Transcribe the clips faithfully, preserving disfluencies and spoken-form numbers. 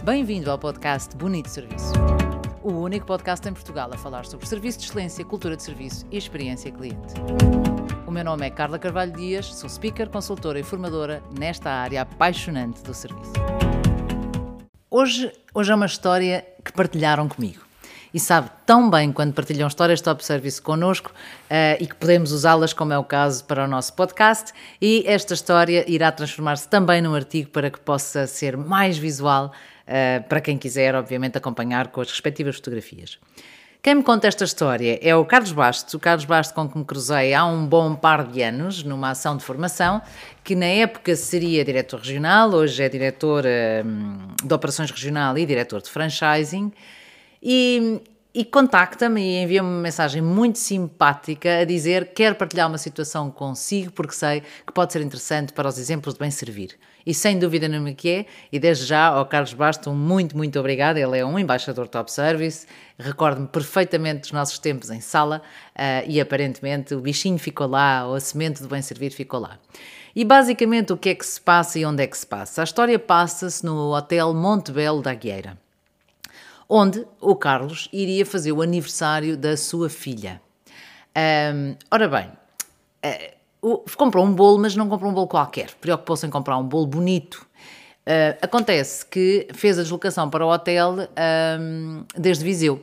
Bem-vindo ao podcast Bonito Serviço, o único podcast em Portugal a falar sobre serviço de excelência, cultura de serviço e experiência cliente. O meu nome é Carla Carvalho Dias, sou speaker, consultora e formadora nesta área apaixonante do serviço. Hoje, hoje é uma história que partilharam comigo. E sabe tão bem quando partilham histórias de top service connosco uh, e que podemos usá-las, como é o caso, para o nosso podcast. E esta história irá transformar-se também num artigo para que possa ser mais visual uh, para quem quiser, obviamente, acompanhar com as respectivas fotografias. Quem me conta esta história é o Carlos Bastos, o Carlos Bastos com que me cruzei há um bom par de anos, numa ação de formação, que na época seria diretor regional, hoje é diretor uh, de operações regional e diretor de franchising. E, e contacta-me e envia-me uma mensagem muito simpática a dizer que quer partilhar uma situação consigo porque sei que pode ser interessante para os exemplos de bem servir. E sem dúvida nenhuma que é, e desde já ao Carlos Bastos um muito, muito obrigado. Ele é um embaixador top service, recordo-me perfeitamente dos nossos tempos em sala uh, e aparentemente o bichinho ficou lá, ou a semente do bem servir ficou lá. E basicamente o que é que se passa e onde é que se passa? A história passa-se no Hotel Montebello da Agueira, onde o Carlos iria fazer o aniversário da sua filha. Um, ora bem, uh, comprou um bolo, mas não comprou um bolo qualquer. Preocupou-se em comprar um bolo bonito. Uh, acontece que fez a deslocação para o hotel um, desde Viseu.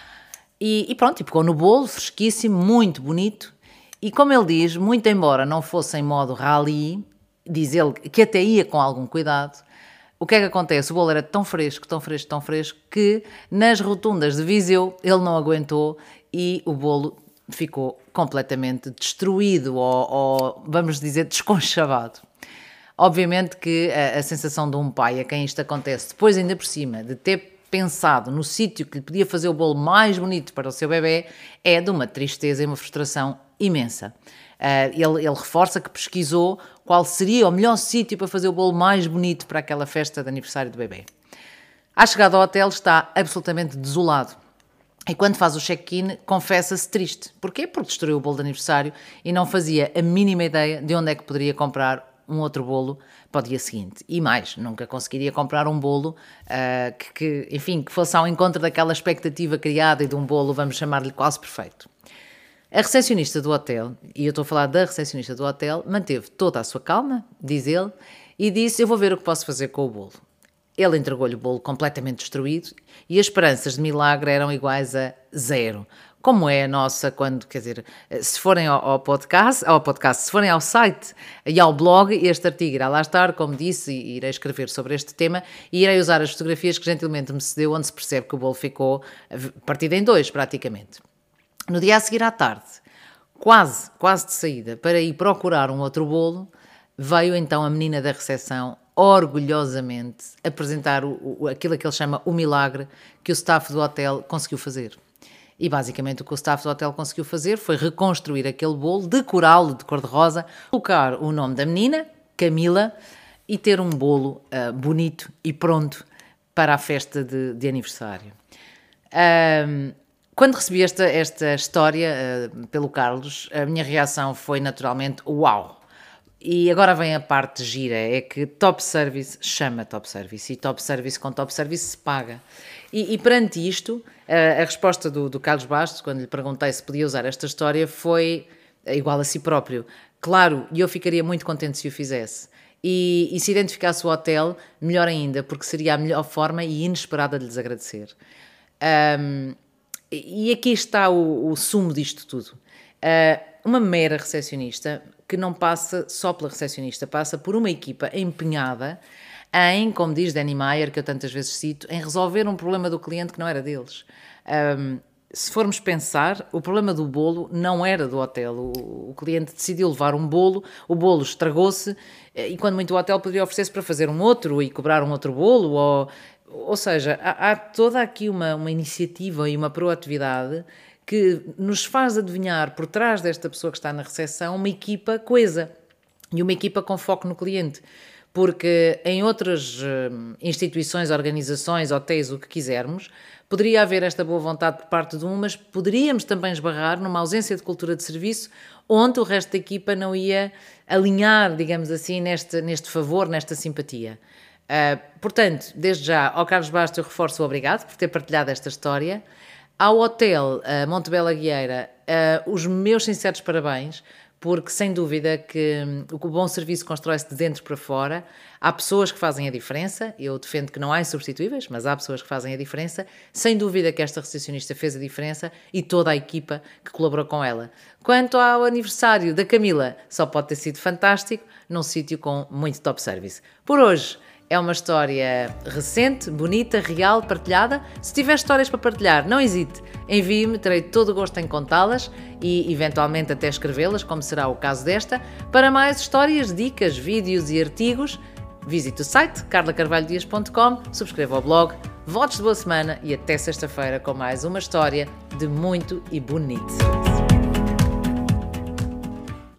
E, e pronto, e pegou no bolo, fresquíssimo, muito bonito. E como ele diz, muito embora não fosse em modo rally, diz ele que até ia com algum cuidado. O que é que acontece? O bolo era tão fresco, tão fresco, tão fresco, que nas rotundas de Viseu ele não aguentou e o bolo ficou completamente destruído ou, ou vamos dizer, desconchavado. Obviamente que a, a sensação de um pai a quem isto acontece, depois ainda por cima de ter pensado no sítio que lhe podia fazer o bolo mais bonito para o seu bebê, é de uma tristeza e uma frustração imensa. Uh, ele, ele reforça que pesquisou qual seria o melhor sítio para fazer o bolo mais bonito para aquela festa de aniversário do bebê. À chegada ao hotel está absolutamente desolado e quando faz o check-in confessa-se triste. Porquê? Porque destruiu o bolo de aniversário e não fazia a mínima ideia de onde é que poderia comprar um outro bolo para o dia seguinte. E mais, nunca conseguiria comprar um bolo uh, que, que, enfim, que fosse ao encontro daquela expectativa criada e de um bolo, vamos chamar-lhe quase perfeito. A recepcionista do hotel, e eu estou a falar da recepcionista do hotel, manteve toda a sua calma, diz ele, e disse: eu vou ver o que posso fazer com o bolo. Ele entregou-lhe o bolo completamente destruído e as esperanças de milagre eram iguais a zero. Como é a nossa quando, quer dizer, se forem ao, ao podcast, ao podcast, se forem ao site e ao blog, este artigo irá lá estar, como disse, e irei escrever sobre este tema e irei usar as fotografias que gentilmente me cedeu, onde se percebe que o bolo ficou partido em dois, praticamente. No dia a seguir à tarde, quase, quase de saída, para ir procurar um outro bolo, veio então a menina da recepção, orgulhosamente, apresentar o, o, aquilo que ele chama o milagre que o staff do hotel conseguiu fazer. E basicamente o que o staff do hotel conseguiu fazer foi reconstruir aquele bolo, decorá-lo de cor-de-rosa, colocar o nome da menina, Camila, e ter um bolo uh, bonito e pronto para a festa de, de aniversário. Um, Quando recebi esta, esta história uh, pelo Carlos, a minha reação foi naturalmente uau! E agora vem a parte gira, é que top service chama top service e top service com top service se paga. E, e perante isto, uh, a resposta do, do Carlos Bastos, quando lhe perguntei se podia usar esta história, foi igual a si próprio. Claro, e eu ficaria muito contente se o fizesse. E, e se identificasse o hotel, melhor ainda, porque seria a melhor forma e inesperada de lhes agradecer. Um, E aqui está o, o sumo disto tudo. Uh, uma mera recepcionista, que não passa só pela recepcionista, passa por uma equipa empenhada em, como diz Danny Meyer, que eu tantas vezes cito, em resolver um problema do cliente que não era deles. Um, se formos pensar, o problema do bolo não era do hotel. O, o cliente decidiu levar um bolo, o bolo estragou-se, e quando muito o hotel poderia oferecer-se para fazer um outro e cobrar um outro bolo, ou... Ou seja, há, há toda aqui uma, uma iniciativa e uma proatividade que nos faz adivinhar por trás desta pessoa que está na recepção uma equipa coesa e uma equipa com foco no cliente. Porque em outras instituições, organizações, hotéis, o que quisermos, poderia haver esta boa vontade por parte de um, mas poderíamos também esbarrar numa ausência de cultura de serviço onde o resto da equipa não ia alinhar, digamos assim, neste, neste favor, nesta simpatia. Uh, portanto, desde já, ao Carlos Bastos eu reforço o obrigado por ter partilhado esta história. Ao Hotel uh, Montebello Aguieira, uh, os meus sinceros parabéns, porque sem dúvida que um, o bom serviço constrói-se de dentro para fora. Há pessoas que fazem a diferença, eu defendo que não há insubstituíveis, mas há pessoas que fazem a diferença. Sem dúvida que esta recepcionista fez a diferença e toda a equipa que colaborou com ela. Quanto ao aniversário da Camila, só pode ter sido fantástico, num sítio com muito top service. Por hoje, é uma história recente, bonita, real, partilhada. Se tiver histórias para partilhar, não hesite, envie-me, terei todo o gosto em contá-las e eventualmente até escrevê-las, como será o caso desta. Para mais histórias, dicas, vídeos e artigos, visite o site carla carvalho dias ponto com, subscreva o blog, votos de boa semana e até sexta-feira com mais uma história de muito e bonito.